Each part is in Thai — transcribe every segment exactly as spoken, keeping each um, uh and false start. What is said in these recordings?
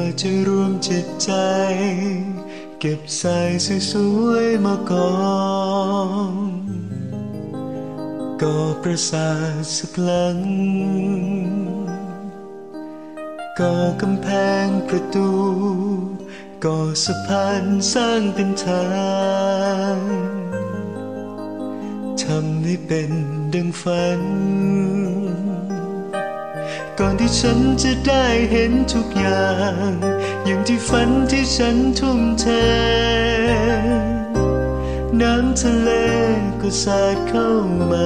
จะรวมจิตใจเก็บใส่สวยๆมากองก่อปราสาทสักหลังก่อกำแพงประตูก่อสะพานสร้างเป็นทางทำให้เป็นดังฝันก่อนที่ฉันจะได้เห็นทุกอย่างอย่างที่ฝันที่ฉันทุ่มเทน้ำทะเลก็สาดเข้ามา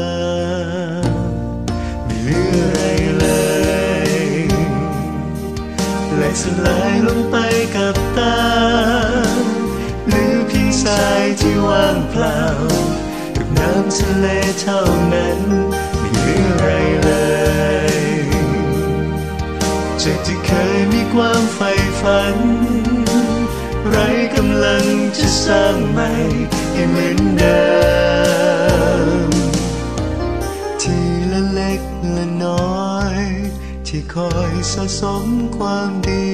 ไม่เหลืออะไรเลยแหลกสลายลงไปกับตาเหลือเพียงทรายที่ว่างเปล่ากับน้ำทะเลเท่านั้นไม่เหลืออะไรเลยจากที่เคยมีความใฝ่ฝันไร้กำลังจะสร้างใหม่ให้เหมือนเดิมทีละเล็กละน้อยที่คอยสะสมความดี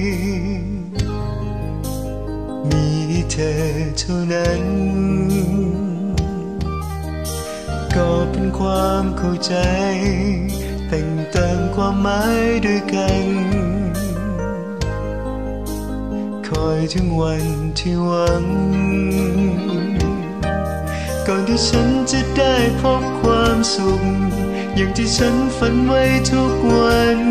มีเธอเท่านั้นก็เป็นความเข้าใจแต่งเติมความหมายด้วยกันคอยถึงวันที่หวังก่อนที่ฉันจะได้พบความสุขอย่างที่ฉันฝันไว้ทุกวัน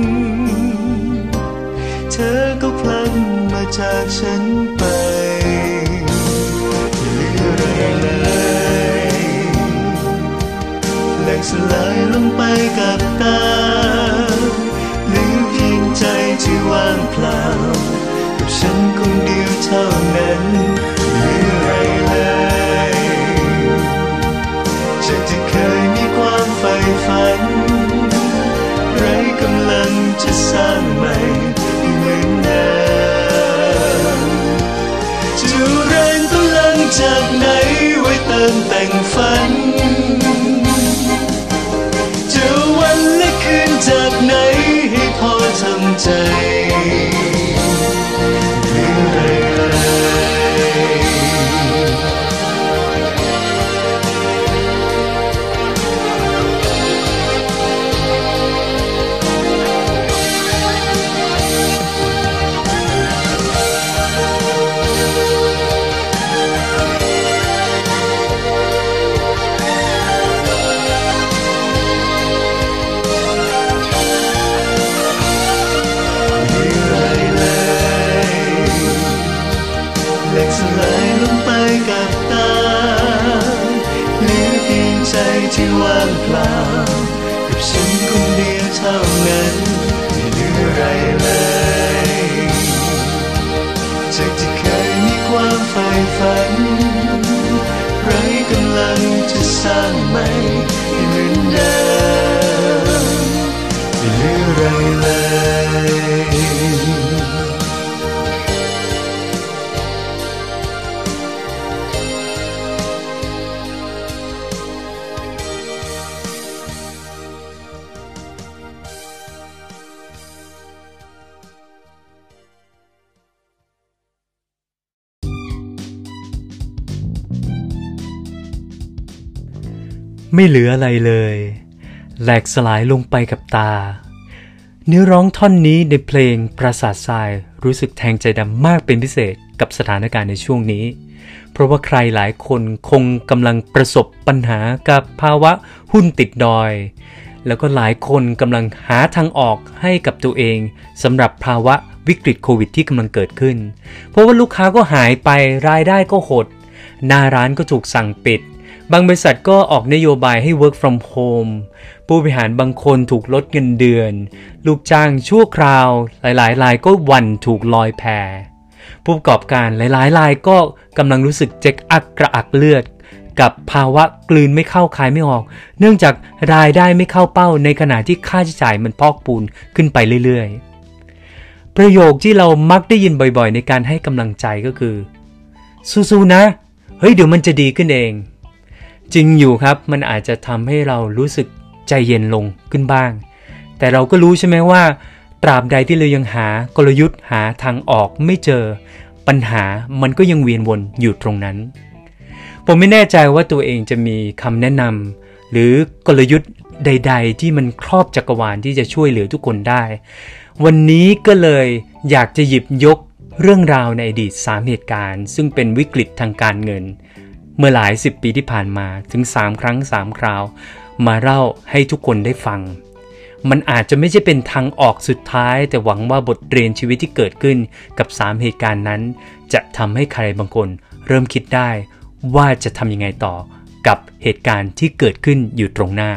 เธอก็พลันมาจากฉันไปไม่เหลืออะไรเลยแหลกสลายลงไปกับตาเหลือเพียงใจที่ว่างเปล่ากับฉันคนเดียวเท่านั้นไม่เหลืออะไรเลยจากที่เคยมีความใฝ่ฝันไร้กำลังจะสร้างใหม่ให้เหมือนเดิมจะแรงพลังจากไหนไว้เติมแต่งฝันจะวันและคืนจากไหนให้พอทำใจไม่เหลืออะไรเลยสลายลงไปกับตาเหลือเพียงใจที่ว่างเปล่ากับฉันคนเดียวเท่านั้นไม่เหลืออะไรเลยจากที่เคยมีความใฝ่ฝันไร้กำลังจะสร้างใหม่ให้เหมือนเดิมไม่เหลืออะไรเลยไม่เหลืออะไรเลยแหลกสลายลงไปกับตาเนื้อร้องท่อนนี้ในเพลงปราสาททรายรู้สึกแทงใจดำมากเป็นพิเศษกับสถานการณ์ในช่วงนี้เพราะว่าใครหลายคนคงกำลังประสบปัญหากับภาวะหุ้นติดดอยแล้วก็หลายคนกำลังหาทางออกให้กับตัวเองสำหรับภาวะวิกฤตโควิดที่กำลังเกิดขึ้นเพราะว่าลูกค้าก็หายไปรายได้ก็หดหน้าร้านก็ถูกสั่งปิดบางบริษัทก็ออกนโยบายให้ work from home ผู้บริหารบางคนถูกลดเงินเดือนลูกจ้างชั่วคราวหลายๆรายก็หวั่นถูกลอยแพผู้ประกอบการหลายๆรายก็กำลังรู้สึกเจ็กอักกระอักเลือดกับภาวะกลืนไม่เข้าคายไม่ออกเนื่องจากรายได้ไม่เข้าเป้าในขณะที่ค่าใช้จ่ายมันพอกพูนขึ้นไปเรื่อยๆประโยคที่เรามักได้ยินบ่อยๆในการให้กำลังใจก็คือสู้ๆนะเฮ้ยเดี๋ยวมันจะดีขึ้นเองจริงอยู่ครับมันอาจจะทำให้เรารู้สึกใจเย็นลงขึ้นบ้างแต่เราก็รู้ใช่ไหมว่าตราบใดที่เรายังหากลยุทธ์หาทางออกไม่เจอปัญหามันก็ยังเวียนวนอยู่ตรงนั้นผมไม่แน่ใจว่าตัวเองจะมีคำแนะนำหรือกลยุทธ์ใดๆที่มันครอบจักรวาลที่จะช่วยเหลือทุกคนได้วันนี้ก็เลยอยากจะหยิบยกเรื่องราวในอดีตสามเหตุการณ์ซึ่งเป็นวิกฤตทางการเงินเมื่อหลายสิบปีที่ผ่านมาถึงสามครั้งสามคราวมาเล่าให้ทุกคนได้ฟังมันอาจจะไม่ใช่เป็นทางออกสุดท้ายแต่หวังว่าบทเรียนชีวิตที่เกิดขึ้นกับสามเหตุการณ์นั้นจะทำให้ใครบางคนเริ่มคิดได้ว่าจะทำยังไงต่อกับเหตุการณ์ที่เกิดขึ้นอยู่ตรงหน้า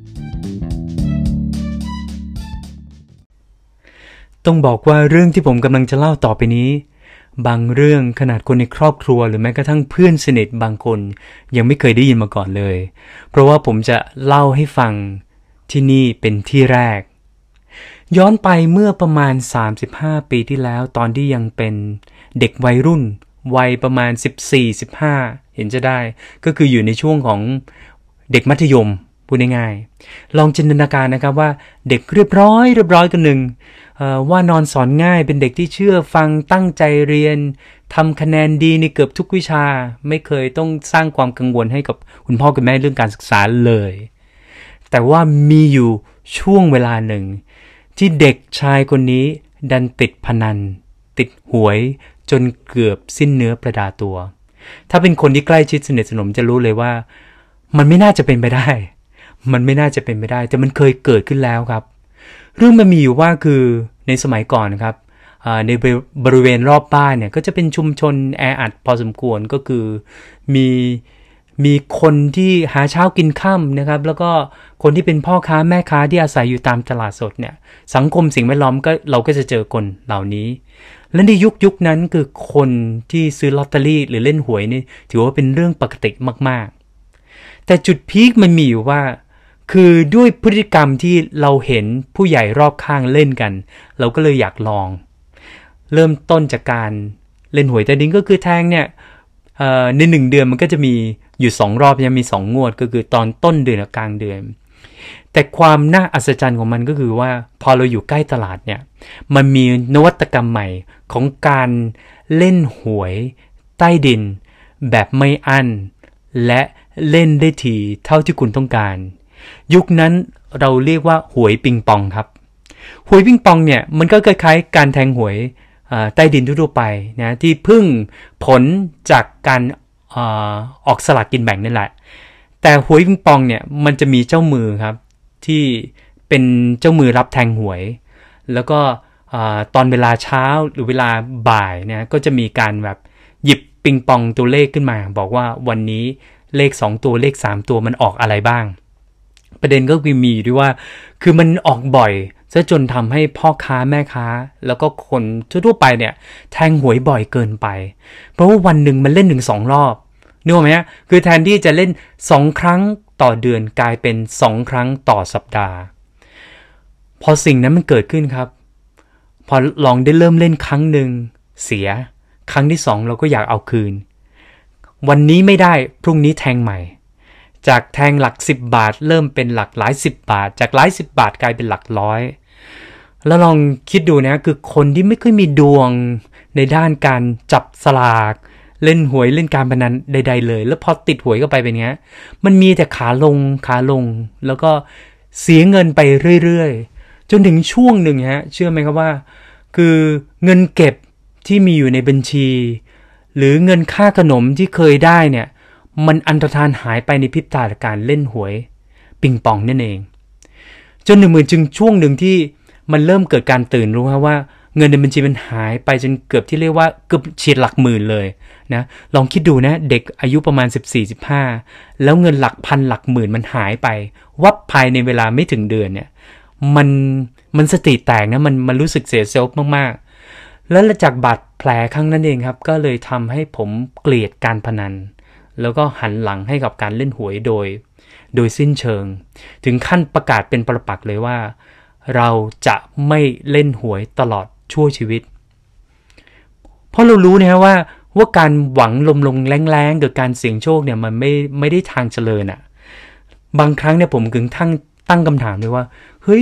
ต้องบอกว่าเรื่องที่ผมกำลังจะเล่าต่อไปนี้บางเรื่องขนาดคนในครอบครัวหรือแม้กระทั่งเพื่อนสนิทบางคนยังไม่เคยได้ยินมาก่อนเลยเพราะว่าผมจะเล่าให้ฟังที่นี่เป็นที่แรกย้อนไปเมื่อประมาณสามสิบห้าปีที่แล้วตอนที่ยังเป็นเด็กวัยรุ่นวัยประมาณ สิบสี่ สิบห้า เห็นจะได้ก็คืออยู่ในช่วงของเด็กมัธยมพูดง่ายๆลองจินตนาการนะครับว่าเด็กเรียบร้อยเรียบร้อยกันหนึ่งว่านอนสอนง่ายเป็นเด็กที่เชื่อฟังตั้งใจเรียนทำคะแนนดีในเกือบทุกวิชาไม่เคยต้องสร้างความกังวลให้กับคุณพ่อคุณแม่เรื่องการศึกษาเลยแต่ว่ามีอยู่ช่วงเวลาหนึ่งที่เด็กชายคนนี้ดันติดพนันติดหวยจนเกือบสิ้นเนื้อประดาตัวถ้าเป็นคนที่ใกล้ชิดสนิทสนมจะรู้เลยว่ามันไม่น่าจะเป็นไปได้มันไม่น่าจะเป็นไปได้แต่มันเคยเกิดขึ้นแล้วครับเรื่องมันมีอยู่ว่าคือในสมัยก่อนครับในบริเวณรอบบ้านเนี่ยก็จะเป็นชุมชนแออัดพอสมควรก็คือมีมีคนที่หาเช้ากินค่ำนะครับแล้วก็คนที่เป็นพ่อค้าแม่ค้าที่อาศัยอยู่ตามตลาดสดเนี่ยสังคมสิ่งแวดล้อมก็เราก็จะเจอคนเหล่านี้และในยุคยุคนั้นคือคนที่ซื้อลอตเตอรี่หรือเล่นหวยนี่ถือว่าเป็นเรื่องปกติมากๆแต่จุดพีคมันมีอยู่ว่าคือด้วยพฤติกรรมที่เราเห็นผู้ใหญ่รอบข้างเล่นกันเราก็เลยอยากลองเริ่มต้นจากการเล่นหวยใต้ดินก็คือแทงเนี่ยในหนึ่งเดือนมันก็จะมีอยู่สองรอบยังมีสองงวดก็คือตอนต้นเดือนกับกลางเดือนแต่ความน่าอัศจรรย์ของมันก็คือว่าพอเราอยู่ใกล้ตลาดเนี่ยมันมีนวัตกรรมใหม่ของการเล่นหวยใต้ดินแบบไม่อั้นและเล่นได้ทีเท่าที่คุณต้องการยุคนั้นเราเรียกว่าหวยปิงปองครับหวยปิงปองเนี่ยมันก็คล้ายๆการแทงหวยใต้ดินทั่วไปนะที่พึ่งผลจากการอออกสลากกินแบ่งนั่นแหละแต่หวยปิงปองเนี่ยมันจะมีเจ้ามือครับที่เป็นเจ้ามือรับแทงหวยแล้วก็ตอนเวลาเช้าหรือเวลาบ่ายนะก็จะมีการแบบหยิบปิงปองตัวเลขขึ้นมาบอกว่าวันนี้เลขสองตัวเลขสามตัวมันออกอะไรบ้างประเด็นก็คือมีด้วยว่าคือมันออกบ่อยซะจนทำให้พ่อค้าแม่ค้าแล้วก็คนทั่วๆไปเนี่ยแทงหวยบ่อยเกินไปเพราะว่าวันหนึ่งมันเล่นถึงสองรอบนึกออกไหมฮะคือแทนที่จะเล่นสองครั้งต่อเดือนกลายเป็นสองครั้งต่อสัปดาห์พอสิ่งนั้นมันเกิดขึ้นครับพอลองได้เริ่มเล่นครั้งหนึ่งเสียครั้งที่สองเราก็อยากเอาคืนวันนี้ไม่ได้พรุ่งนี้แทงใหม่จากแทงหลักสิบบาทเริ่มเป็นหลักหลายสิบบาทจากหลายสิบบาทกลายเป็นหลักร้อยแล้วลองคิดดูนะคือคนที่ไม่ค่อยมีดวงในด้านการจับสลากเล่นหวยเล่นการพนันใดๆเลยแล้วพอติดหวยเข้าไปเป็นเงี้ยมันมีแต่ขาลงขาลงแล้วก็เสียเงินไปเรื่อยๆจนถึงช่วงหนึ่งฮะเชื่อไหมครับว่าคือเงินเก็บที่มีอยู่ในบัญชีหรือเงินค่าขนมที่เคยได้เนี่ยมันอันตรธานหายไปในพริบตาจากการเล่นหวยปิงปองนั่นเองจนหนึ่งมือจึงช่วงหนึ่งที่มันเริ่มเกิดการตื่นรู้ว่าเงินในบัญชีมันหายไปจนเกือบที่เรียกว่าเกือบเฉียดหลักหมื่นเลยนะลองคิดดูนะเด็กอายุประมาณ สิบสี่ สิบห้า แล้วเงินหลักพันหลักหมื่นมันหายไปวับภายในเวลาไม่ถึงเดือนเนี่ยมันมันสติแตกนะมันมันรู้สึกเสียเซลฟ์มากๆแล้วจากบาดแผลครั้งนั้นเองครับก็เลยทำให้ผมเกลียดการพนันแล้วก็หันหลังให้กับการเล่นหวยโดยโดยสิ้นเชิงถึงขั้นประกาศเป็นประปักษ์เลยว่าเราจะไม่เล่นหวยตลอดชั่วชีวิตเพราะเรารู้นะว่าว่าการหวังลมๆแรงๆกับการเสี่ยงโชคเนี่ยมันไม่ไม่ได้ทางเจริญอ่ะบางครั้งเนี่ยผมถึงทั้งตั้งคำถามเลยว่าเฮ้ย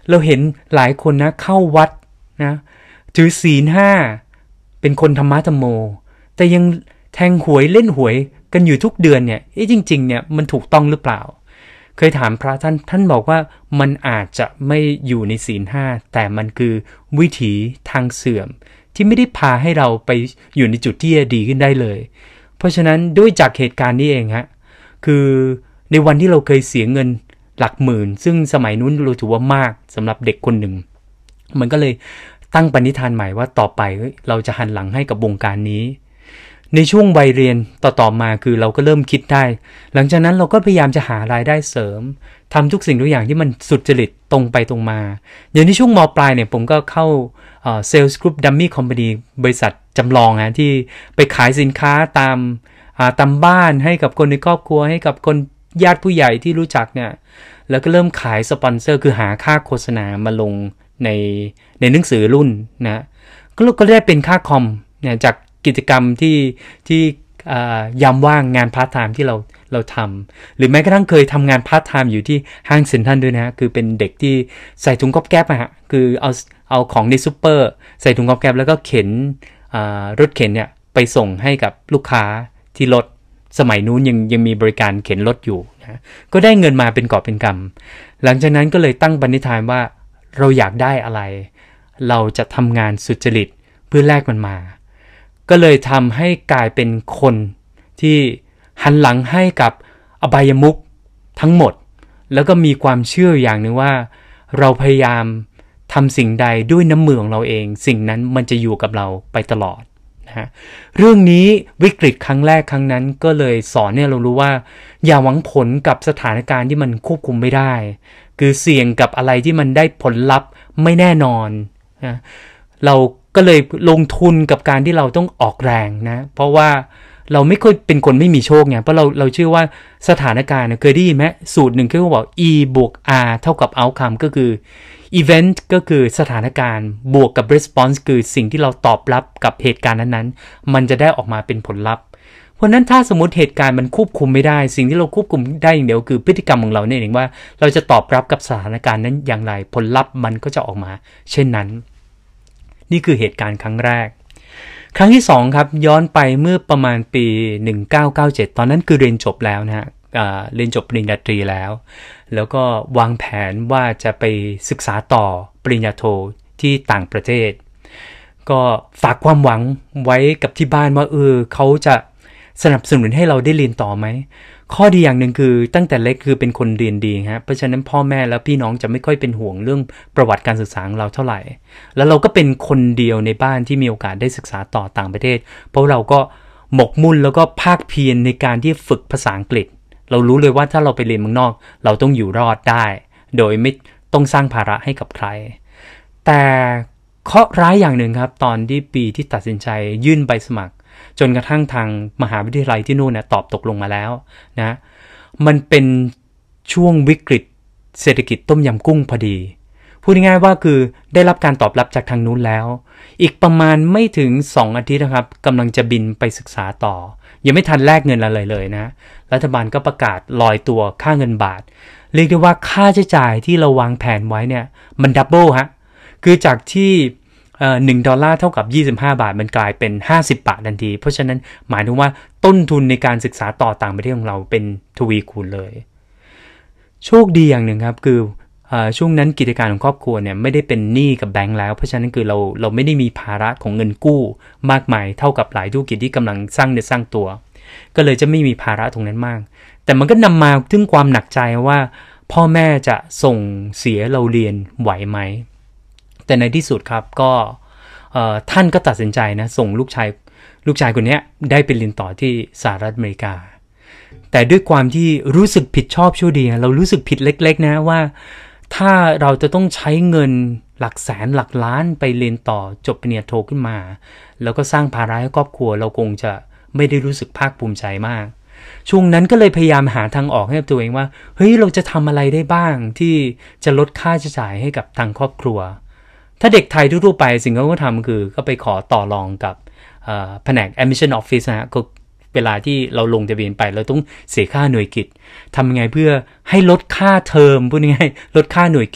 เราเห็นหลายคนนะเข้าวัดนะถือศีลห้าเป็นคนธรรมะธรรมโมแต่ยังแทงหวยเล่นหวยกันอยู่ทุกเดือนเนี่ยเอ๊ะจริงๆเนี่ยมันถูกต้องหรือเปล่าเคยถามพระท่านท่านบอกว่ามันอาจจะไม่อยู่ในศีลห้าแต่มันคือวิถีทางเสื่อมที่ไม่ได้พาให้เราไปอยู่ในจุดที่จะดีขึ้นได้เลยเพราะฉะนั้นด้วยจากเหตุการณ์นี้เองฮะคือในวันที่เราเคยเสียเงินหลักหมื่นซึ่งสมัยนู้นเราถือว่ามากสำหรับเด็กคนหนึ่งมันก็เลยตั้งปณิธานใหม่ว่าต่อไปเราจะหันหลังให้กับวงการนี้ในช่วงวัยเรียนต่อๆมาคือเราก็เริ่มคิดได้หลังจากนั้นเราก็พยายามจะหารายได้เสริมทำทุกสิ่งทุกอย่างที่มันสุจริตตรงไปตรงมาอย่างในช่วงม.ปลายเนี่ยผมก็เข้าเอ่อ Sales Group Dummy Company บริษัทจำลองนะที่ไปขายสินค้าตามอ่าตามบ้านให้กับคนในครอบครัวให้กับคนญาติผู้ใหญ่ที่รู้จักเนี่ยแล้วก็เริ่มขายสปอนเซอร์คือหาค่าโฆษณามาลงในในหนังสือรุ่นนะก็ก็ได้เป็นค่าคอมเนี่ยจากกิจกรรมที่ที่ยามว่างงานพาร์ทไทม์ที่เราเราทำหรือแม้กระทั่งเคยทำงานพาร์ทไทม์อยู่ที่ห้างเซ็นทรัลด้วยนะฮะคือเป็นเด็กที่ใส่ถุงก๊อบแก๊บอะฮะคือเอาเอาของในซูเปอร์ใส่ถุงก๊อบแก๊บแล้วก็เข็นรถเข็นเนี่ยไปส่งให้กับลูกค้าที่รถสมัยนู้นยังยังมีบริการเข็นรถอยู่นะก็ได้เงินมาเป็นกอบเป็นกำหลังจากนั้นก็เลยตั้งปณิธานว่าเราอยากได้อะไรเราจะทำงานสุจริตเพื่อแลกมันมาก็เลยทำให้กลายเป็นคนที่หันหลังให้กับอบายมุขทั้งหมดแล้วก็มีความเชื่ออย่างหนึ่งว่าเราพยายามทำสิ่งใดด้วยน้ำมือของเราเองสิ่งนั้นมันจะอยู่กับเราไปตลอดนะฮะเรื่องนี้วิกฤตครั้งแรกครั้งนั้นก็เลยสอนเนี่ยเรารู้ว่าอย่าหวังผลกับสถานการณ์ที่มันควบคุมไม่ได้คือเสี่ยงกับอะไรที่มันได้ผลลัพธ์ไม่แน่นอนนะเราก็เลยลงทุนกับการที่เราต้องออกแรงนะเพราะว่าเราไม่ค่อยเป็นคนไม่มีโชคไงเพราะเราเราเชื่อว่าสถานการณ์เคยได้ยินไหมสูตรหนึ่งที่เขาบอก E บวก R เท่ากับ outcome ก็คือ event ก็คือสถานการณ์บวกกับ response คือสิ่งที่เราตอบรับกับเหตุการณ์นั้นๆมันจะได้ออกมาเป็นผลลัพธ์เพราะนั้นถ้าสมมติเหตุการณ์มันควบคุมไม่ได้สิ่งที่เราควบคุมได้อย่างเดียวคือพฤติกรรมของเราเนี่ยเองว่าเราจะตอบรับกับสถานการณ์นั้นอย่างไรผลลัพธ์มันก็จะออกมาเช่นนั้นนี่คือเหตุการณ์ครั้งแรกครั้งที่สองครับย้อนไปเมื่อประมาณปีหนึ่งเก้าเก้าเจ็ดตอนนั้นคือเรียนจบแล้วนะฮะเรียนจบปริญญาตรีแล้วแล้วก็วางแผนว่าจะไปศึกษาต่อปริญญาโทที่ต่างประเทศก็ฝากความหวังไว้กับที่บ้านว่าเออเขาจะสนับสนุนให้เราได้เรียนต่อไหมข้อดีอย่างหนึ่งคือตั้งแต่เล็กคือเป็นคนเรียนดีฮะเพราะฉะนั้นพ่อแม่และพี่น้องจะไม่ค่อยเป็นห่วงเรื่องประวัติการศึกษาของเราเท่าไหร่แล้วเราก็เป็นคนเดียวในบ้านที่มีโอกาสได้ศึกษาต่อต่างประเทศเพราะเราก็หมกมุ่นแล้วก็ภาคเพียรในการที่ฝึกภาษาอังกฤษเรารู้เลยว่าถ้าเราไปเรียนเมืองนอกเราต้องอยู่รอดได้โดยไม่ต้องสร้างภาระให้กับใครแต่เคราะห์ร้ายอย่างหนึ่งครับตอนที่ปีที่ตัดสินใจยื่นใบสมัครจนกระทั่งทางมหาวิทยาลัยที่นู่นนะตอบตกลงมาแล้วนะมันเป็นช่วงวิกฤตเศรษฐกิจต้มยำกุ้งพอดีพูดง่ายๆว่าคือได้รับการตอบรับจากทางนู้นแล้วอีกประมาณไม่ถึงสองอาทิตย์นะครับกำลังจะบินไปศึกษาต่อยังไม่ทันแลกเงินอะไรเลยนะรัฐบาลก็ประกาศลอยตัวค่าเงินบาทเรียกได้ว่าค่าใช้จ่ายที่เราวางแผนไว้เนี่ยมันดับเบิลฮะคือจากที่หนึ่งดอลลาร์เท่ากับยี่สิบห้าบาทมันกลายเป็นห้าสิบบาททันทีเพราะฉะนั้นหมายถึงว่าต้นทุนในการศึกษาต่อต่างประเทศของเราเป็นทวีคูณเลยโชคดีอย่างหนึ่งครับคือช่วงนั้นกิจการของครอบครัวเนี่ยไม่ได้เป็นหนี้กับแบงก์แล้วเพราะฉะนั้นคือเราเราไม่ได้มีภาระของเงินกู้มากมายเท่ากับหลายธุรกิจที่กำลังสร้างเนื้อสร้างตัวก็เลยจะไม่มีภาระตรงนั้นมากแต่มันก็นำมาถึงความหนักใจว่าพ่อแม่จะส่งเสียเราเรียนไหวไหมแต่ในที่สุดครับก็ท่านก็ตัดสินใจนะส่งลูกชายลูกชายคนนี้ได้ไปเรียนต่อที่สหรัฐอเมริกาแต่ด้วยความที่รู้สึกผิดชอบชั่วดีเรารู้สึกผิดเล็กๆนะว่าถ้าเราจะต้องใช้เงินหลักแสนหลักล้านไปเรียนต่อจบปริญญาโทขึ้นมาแล้วก็สร้างภาระให้ครอบครัวเราคงจะไม่ได้รู้สึกภาคภูมิใจมากช่วงนั้นก็เลยพยายามหาทางออกให้ตัวเองว่าเฮ้ยเราจะทำอะไรได้บ้างที่จะลดค่าใช้จ่ายให้กับทางครอบครัวถ้าเด็กไทยทั่วๆไปสิ่งที่เขาทำคือก็ไปขอต่อรองกับแผนก admission office นะฮะก็เวลาที่เราลงทะเบียนไปเราต้องเสียค่าหน่วยกิตทำยังไงเพื่อให้ลดค่าเทอมพูดง่ายๆลดค่าหน่วยกิต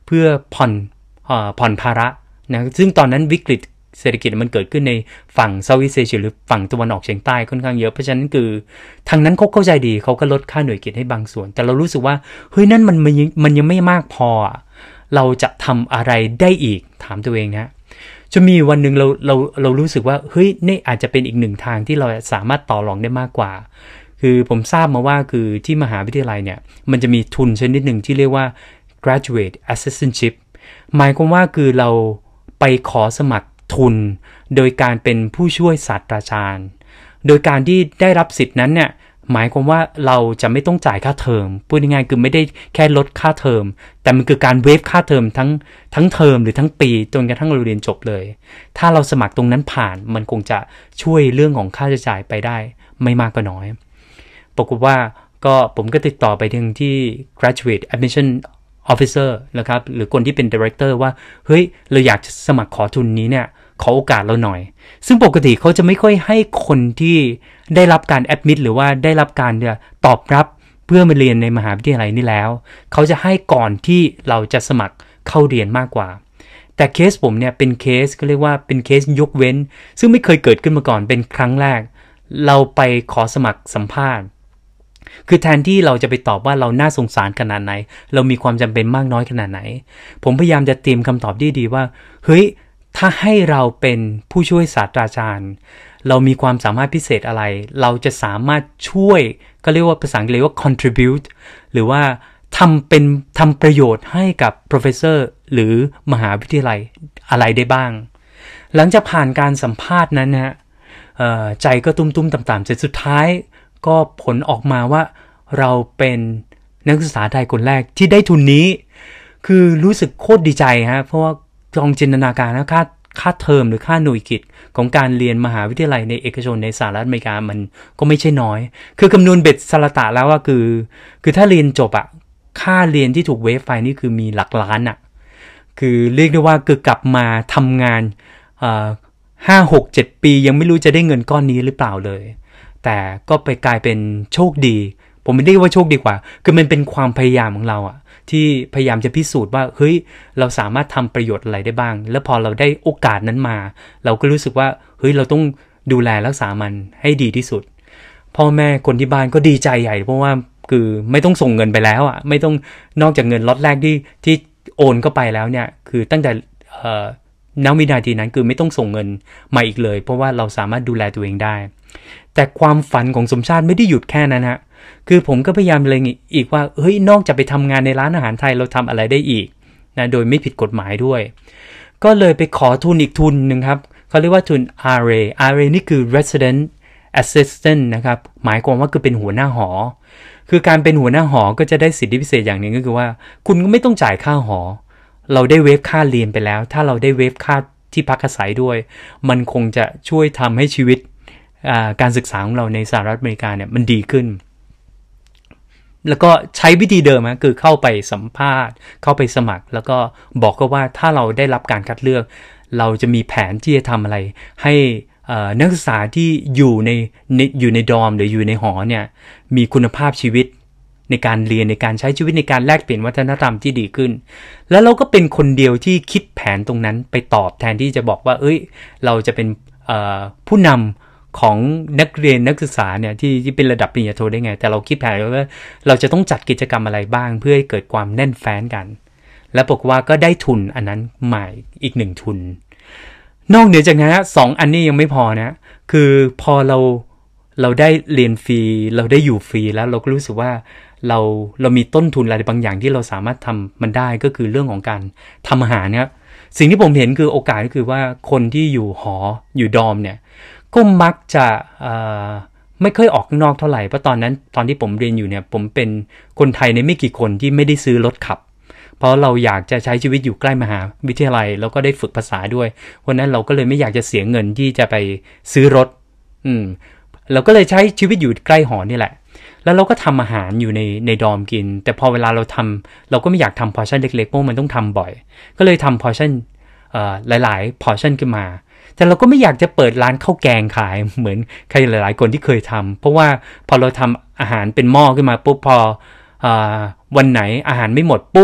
เพื่อผ่อนเอ่อผ่อนภาระนะซึ่งตอนนั้นวิกฤตเศรษฐกิจมันเกิดขึ้นในฝั่งเซาท์อีสต์เอเชียหรือฝั่งตะวันออกเฉียงใต้ค่อนข้างเยอะเพราะฉะนั้นคือทางนั้นเขาเข้าใจดีเขาก็ลดค่าหน่วยกิจให้บางส่วนแต่เรารู้สึกว่าเฮ้ยนั่นมันมันยังไม่มากพอเราจะทำอะไรได้อีกถามตัวเองนะจะมีวันหนึ่งเราเราเรารู้สึกว่าเฮ้ยนี่อาจจะเป็นอีกหนึ่งทางที่เราสามารถต่อรองได้มากกว่าคือผมทราบมาว่าคือที่มหาวิทยาลัยเนี่ยมันจะมีทุนชนิดหนึ่งที่เรียกว่า graduate assistantship หมายความว่าคือเราไปขอสมัครทุนโดยการเป็นผู้ช่วยศาสตราจารย์โดยการที่ได้รับสิทธินั้นเนี่ยหมายความว่าเราจะไม่ต้องจ่ายค่าเทอมพูดง่ายๆคือไม่ได้แค่ลดค่าเทอมแต่มันคือการเวฟค่าเทอมทั้งทั้งเทอมหรือทั้งปีจนกระทั่งเราเรียนจบเลยถ้าเราสมัครตรงนั้นผ่านมันคงจะช่วยเรื่องของค่าใช้จ่ายไปได้ไม่มากก็น้อยปรากฏว่าก็ผมก็ติดต่อไปถึงที่ graduate admission officer นะครับหรือคนที่เป็น director ว่าเฮ้ยเราอยากจะสมัครขอทุนนี้เนี่ยขอโอกาสเราหน่อยซึ่งปกติเขาจะไม่ค่อยให้คนที่ได้รับการแอดมิดหรือว่าได้รับการตอบรับเพื่อมาเรียนในมหาวิทยาลัยนี่แล้วเขาจะให้ก่อนที่เราจะสมัครเข้าเรียนมากกว่าแต่เคสผมเนี่ยเป็นเคสก็เรียกว่าเป็นเคสยกเว้นซึ่งไม่เคยเกิดขึ้นมาก่อนเป็นครั้งแรกเราไปขอสมัครสัมภาษณ์คือแทนที่เราจะไปตอบว่าเราน่าสงสารขนาดไหนเรามีความจำเป็นมากน้อยขนาดไหนผมพยายามจะเตรียมคำตอบที่ดีว่าเฮ้ยถ้าให้เราเป็นผู้ช่วยศาสตราจารย์เรามีความสามารถพิเศษอะไรเราจะสามารถช่วยก็เรียกว่าภาษาอังกฤษเรียกว่า contribute หรือว่าทำเป็นทำประโยชน์ให้กับ professor หรือมหาวิทยาลัยอะไรได้บ้างหลังจากผ่านการสัมภาษณ์นั้นนะฮะใจก็ตุ้มๆต่ำๆจนสุดท้ายก็ผลออกมาว่าเราเป็นนักศึกษาไทยคนแรกที่ได้ทุนนี้คือรู้สึกโคตรดีใจฮะเพราะว่าลองจินตนาการนะค่าค่าเทอมหรือค่าหน่วยกิตของการเรียนมหาวิทยาลัยในเอกชนในสหรัฐอเมริกามันก็ไม่ใช่น้อยคือคำนวณเบ็ดสละตะแล้วว่าคือคือถ้าเรียนจบอะค่าเรียนที่ถูกเวฟไฟนี่คือมีหลักล้านอะคือเรียกได้ว่าคือกลับมาทำงานห้าหกเจ็ดปียังไม่รู้จะได้เงินก้อนนี้หรือเปล่าเลยแต่ก็ไปกลายเป็นโชคดีผมไม่ได้ว่าโชคดีกว่าคือมันเป็นความพยายามของเราอะที่พยายามจะพิสูจน์ว่าเฮ้ยเราสามารถทำประโยชน์อะไรได้บ้างแล้วพอเราได้โอกาสนั้นมาเราก็รู้สึกว่าเฮ้ยเราต้องดูแลรักษามันให้ดีที่สุดพ่อแม่คนที่บ้านก็ดีใจใหญ่เพราะว่าคือไม่ต้องส่งเงินไปแล้วอะไม่ต้องนอกจากเงินล็อตแรกที่ที่โอนเข้าไปแล้วเนี่ยคือตั้งแต่เอ่อณวินาทีนั้นคือไม่ต้องส่งเงินมาอีกเลยเพราะว่าเราสามารถดูแลตัวเองได้แต่ความฝันของสมชาติไม่ได้หยุดแค่นั้นฮะคือผมก็พยายามเล็งอีกว่าเฮ้ยนอกจากไปทำงานในร้านอาหารไทยเราทำอะไรได้อีกนะโดยไม่ผิดกฎหมายด้วยก็เลยไปขอทุนอีกทุนหนึ่งครับเขาเรียกว่าทุน อาร์ เอ อาร์ เอ นี่คือ Resident Assistant นะครับหมายความว่าคือเป็นหัวหน้าหอคือการเป็นหัวหน้าหอก็จะได้สิทธิพิเศษอย่างหนึ่งก็คือว่าคุณก็ไม่ต้องจ่ายค่าหอเราได้เวฟค่าเรียนไปแล้วถ้าเราได้เวฟค่าที่พักอาศัยด้วยมันคงจะช่วยทำให้ชีวิตการศึกษาของเราในสหรัฐอเมริกาเนี่ยมันดีขึ้นแล้วก็ใช้วิธีเดิมนะคือเข้าไปสัมภาษณ์เข้าไปสมัครแล้วก็บอกก็ว่าถ้าเราได้รับการคัดเลือกเราจะมีแผนที่จะทำอะไรให้นักศึกษาที่อยู่ในอยู่ในดอมหรืออยู่ในหอเนี่ยมีคุณภาพชีวิตในการเรียนในการใช้ชีวิตในการแลกเปลี่ยนวัฒนธรรมที่ดีขึ้นแล้วเราก็เป็นคนเดียวที่คิดแผนตรงนั้นไปตอบแทนที่จะบอกว่าเอ้ยเราจะเป็นผู้นำของนักเรียนนักศึกษาเนี่ยที่ที่เป็นระดับปริญญาโทได้ไงแต่เราคิดแผนว่าเราจะต้องจัดกิจกรรมอะไรบ้างเพื่อให้เกิดความแน่นแฟ้นกันและบอกว่าก็ได้ทุนอันนั้นใหม่อีกหนึ่งทุนนอกเหนือจากนั้นสองอันนี้ยังไม่พอนะคือพอเราเราได้เรียนฟรีเราได้อยู่ฟรีแล้วเราก็รู้สึกว่าเราเรามีต้นทุนอะไรบางอย่างที่เราสามารถทำมันได้ก็คือเรื่องของการทำอาหารเนี่ยสิ่งที่ผมเห็นคือโอกาสก็คือว่าคนที่อยู่หออยู่ดอมเนี่ยก็มักจะไม่ค่อยออกข้างนอกเท่าไหร่เพราะตอนนั้นตอนที่ผมเรียนอยู่เนี่ยผมเป็นคนไทยในไม่กี่คนที่ไม่ได้ซื้อรถขับเพราะเราอยากจะใช้ชีวิตอยู่ใกล้มหาวิทยาลัยแล้วก็ได้ฝึกภาษาด้วยเพราะนั้นเราก็เลยไม่อยากจะเสียเงินที่จะไปซื้อรถอืมเราก็เลยใช้ชีวิตอยู่ใกล้หอนี่แหละแล้วเราก็ทำอาหารอยู่ในในดอมกินแต่พอเวลาเราทำเราก็ไม่อยากทำพอร์ชั่นเล็กๆเพราะมันต้องทำบ่อยก็เลยทำพอร์ชั่นเอ่อหลายๆพอร์ชั่นขึ้นมาแต่เราก็ไม่อยากจะเปิดร้านข้าวแกงขายเหมือนใครหลายๆคนที่เคยทำเพราะว่าพอเราทำอาหารเป็นหม้อขึ้นมาปุ๊บพอเอ่อวันไหนอาหารไม่หมดปุ๊บ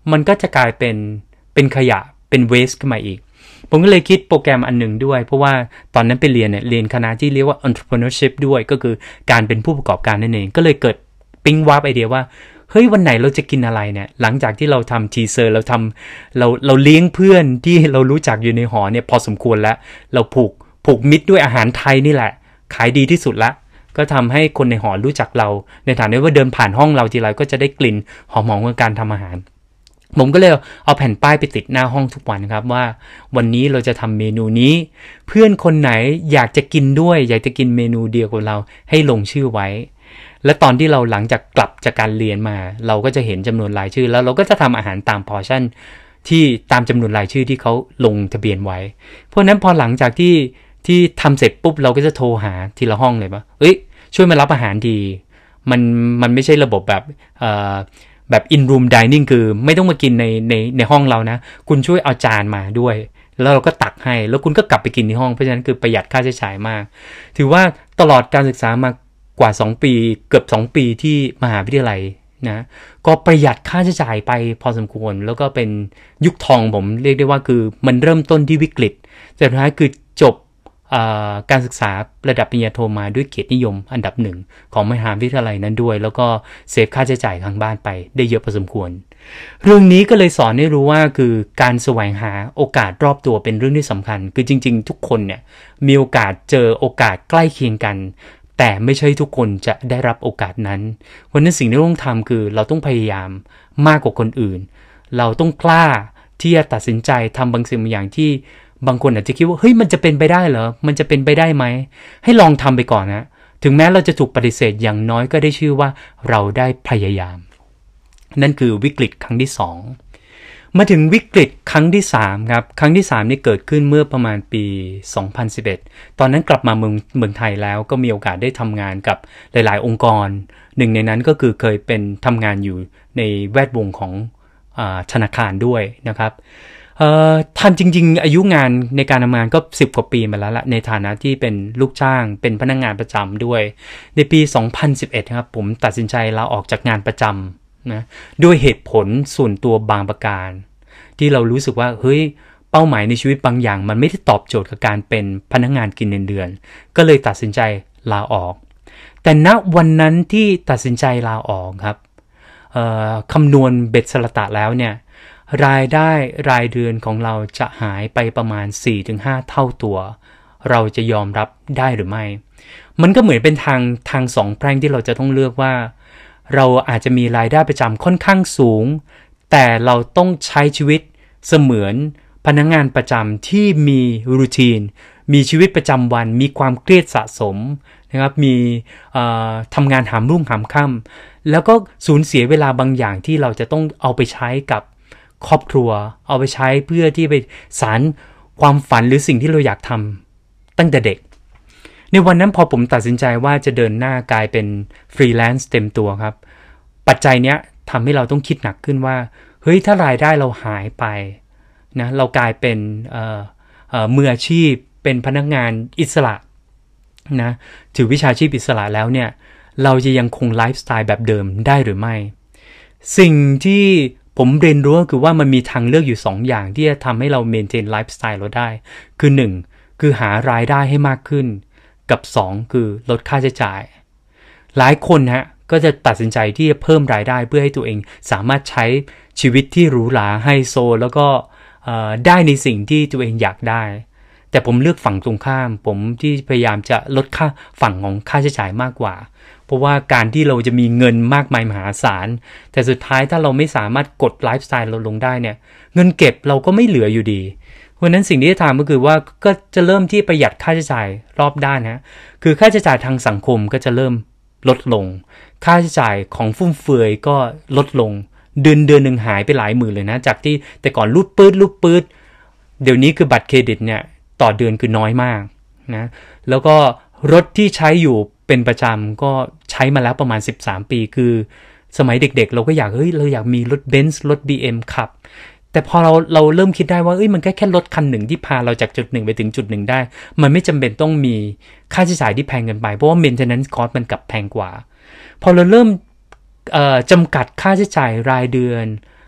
มันก็จะกลายเป็นเป็นขยะเป็นเวสต์ขึ้นมาอีกผมก็เลยคิดโปรแกรมอันหนึ่งด้วยเพราะว่าตอนนั้นไปเรียนเนี่ยเรียนคณะที่เรียกว่า entrepreneurship ด้วยก็คือการเป็นผู้ประกอบการนั่นเองก็เลยเกิดปิ๊งวาร์ปไอเดียว่าเฮ้ยวันไหนเราจะกินอะไรเนี่ยหลังจากที่เราทำทีเซอร์เราทำเราเราเลี้ยงเพื่อนที่เรารู้จักอยู่ในหอเนี่ยพอสมควรแล้วเราผูกผูกมิตรด้วยอาหารไทยนี่แหละขายดีที่สุดละก็ทำให้คนในหอรู้จักเราในฐานะว่าเดินผ่านห้องเราทีไรก็จะได้กลิ่นหอมๆของการทำอาหารผมก็เลยเอาแผ่นป้ายไปติดหน้าห้องทุกวันครับว่าวันนี้เราจะทำเมนูนี้เพื่อนคนไหนอยากจะกินด้วยอยากจะกินเมนูเดียวกับเราให้ลงชื่อไว้และตอนที่เราหลังจากกลับจากการเรียนมาเราก็จะเห็นจำนวนรายชื่อแล้วเราก็จะทำอาหารตามพอร์ชั่นที่ตามจำนวนรายชื่อที่เขาลงทะเบียนไว้เพราะนั้นพอหลังจากที่ที่ทำเสร็จปุ๊บเราก็จะโทรหาทีละห้องเลยว่าเอ้ยช่วยมารับอาหารดีมันมันไม่ใช่ระบบแบบเอ่อแบบ in room dining คือไม่ต้องมากินในในในห้องเรานะคุณช่วยเอาจานมาด้วยแล้วเราก็ตักให้แล้วคุณก็กลับไปกินที่ห้องเพราะฉะนั้นคือประหยัดค่าใช้จ่ายมากถือว่าตลอดการศึกษามากว่าสองปีเกือบสองปีที่มหาวิทยาลัยนะก็ประหยัดค่าใช้จ่ายไปพอสมควรแล้วก็เป็นยุคทองผมเรียกได้ว่าคือมันเริ่มต้นที่วิกฤตแต่สุดท้ายคือจบการศึกษาระดับปริญญาโทมาด้วยเกียรตินิยมอันดับหนึ่งของมหาวิทยาลัยนั้นด้วยแล้วก็เซฟค่าใช้จ่ายทางบ้านไปได้เยอะพอสมควรเรื่องนี้ก็เลยสอนให้รู้ว่าคือการแสวงหาโอกาสรอบตัวเป็นเรื่องที่สำคัญคือจริงๆทุกคนเนี่ยมีโอกาสเจอโอกาสใกล้เคียงกันแต่ไม่ใช่ทุกคนจะได้รับโอกาสนั้นเพราะนั้นสิ่งที่เราต้องทำคือเราต้องพยายามมากกว่าคนอื่นเราต้องกล้าที่จะตัดสินใจทำบางสิ่งบางอย่างที่บางคนอาจจะคิดว่าเฮ้ยมันจะเป็นไปได้เหรอมันจะเป็นไปได้ไหมให้ลองทำไปก่อนนะถึงแม้เราจะถูกปฏิเสธอย่างน้อยก็ได้ชื่อว่าเราได้พยายามนั่นคือวิกฤตครั้งที่สองมาถึงวิกฤตครั้งที่สามครับครั้งที่สามนี่เกิดขึ้นเมื่อประมาณปีสองพันสิบเอ็ดตอนนั้นกลับมาเมืองเมืองไทยแล้วก็มีโอกาสได้ทำงานกับหลายๆองค์กรหนึ่งในนั้นก็คือเคยเป็นทำงานอยู่ในแวดวงของอ่าธนาคารด้วยนะครับเอ่อทำจริงๆอายุงานในการทำงานก็สิบกว่าปีมาแล้วละในฐานะที่เป็นลูกจ้างเป็นพนักงานประจำด้วยในปีสองพันสิบเอ็ดครับผมตัดสินใจลาออกจากงานประจำนะด้วยเหตุผลส่วนตัวบางประการที่เรารู้สึกว่าเฮ้ยเป้าหมายในชีวิตบางอย่างมันไม่ได้ตอบโจทย์กับการเป็นพนักงานกินเงินเดือนก็เลยตัดสินใจลาออกแต่ณวันนั้นที่ตัดสินใจลาออกครับคำนวณเบ็ดสรตะแล้วเนี่ยรายได้รายเดือนของเราจะหายไปประมาณ สี่ถึงห้า เท่าตัวเราจะยอมรับได้หรือไม่มันก็เหมือนเป็นทางทางสองแพร่งที่เราจะต้องเลือกว่าเราอาจจะมีรายได้ประจำค่อนข้างสูงแต่เราต้องใช้ชีวิตเสมือนพนักงานประจำที่มีรูทีนมีชีวิตประจำวันมีความเครียดสะสมนะครับมีทำงานหามรุ่งหามค่ำแล้วก็สูญเสียเวลาบางอย่างที่เราจะต้องเอาไปใช้กับครอบครัวเอาไปใช้เพื่อที่ไปสานความฝันหรือสิ่งที่เราอยากทำตั้งแต่เด็กในวันนั้นพอผมตัดสินใจว่าจะเดินหน้ากลายเป็นฟรีแลนซ์เต็มตัวครับปัจจัยเนี้ยทำให้เราต้องคิดหนักขึ้นว่าเฮ้ยถ้ารายได้เราหายไปนะเรากลายเป็นเอ่อเอ่อมืออาชีพเป็นพนักงานอิสระนะถือวิชาชีพอิสระแล้วเนี่ยเราจะยังคงไลฟ์สไตล์แบบเดิมได้หรือไม่สิ่งที่ผมเรียนรู้ก็คือว่ามันมีทางเลือกอยู่สองอย่างที่จะทำให้เราเมนเทนไลฟ์สไตล์เราได้คือหนึ่งคือหารายได้ให้มากขึ้นกับสองคือลดค่าใช้จ่ายหลายคนฮะก็จะตัดสินใจที่จะเพิ่มรายได้เพื่อให้ตัวเองสามารถใช้ชีวิตที่หรูหราไฮโซแล้วก็ได้ในสิ่งที่ตัวเองอยากได้แต่ผมเลือกฝั่งตรงข้ามผมที่พยายามจะลดค่าฝั่งของค่าใช้จ่ายมากกว่าเพราะว่าการที่เราจะมีเงินมากมายมหาศาลแต่สุดท้ายถ้าเราไม่สามารถกดไลฟ์สไตล์เราลงได้เนี่ยเงินเก็บเราก็ไม่เหลืออยู่ดีเพราะนั้นสิ่งที่จะทำก็คือว่าก็จะเริ่มที่ประหยัดค่าใช้จ่ายรอบด้านฮะคือค่าใช้จ่ายทางสังคมก็จะเริ่มลดลงค่าใช้จ่ายของฟุ่มเฟือยก็ลดลงเดือนเดือนหนึ่งหายไปหลายหมื่นเลยนะจากที่แต่ก่อนรูดปื๊ดรูดปื๊ดเดี๋ยวนี้คือบัตรเครดิตเนี่ยต่อเดือนคือน้อยมากนะแล้วก็รถที่ใช้อยู่เป็นประจำก็ใช้มาแล้วประมาณสิบสามปีคือสมัยเด็กๆเราก็อยากเฮ้ยเราอยากมีรถเบนซ์รถ บี เอ็ม ขับแต่พอเราเราเริ่มคิดได้ว่าเอ้ยมันแค่แค่รถคันหนึ่งที่พาเราจากจุดหนึ่งไปถึงจุดหนึ่งได้มันไม่จำเป็นต้องมีค่าใช้จ่ายที่แพงเกินไปเพราะว่า maintenance cost มันกลับแพงกว่าพอเราเริ่มเอ่อจำกัดค่าใช้จ่ายรายเดือน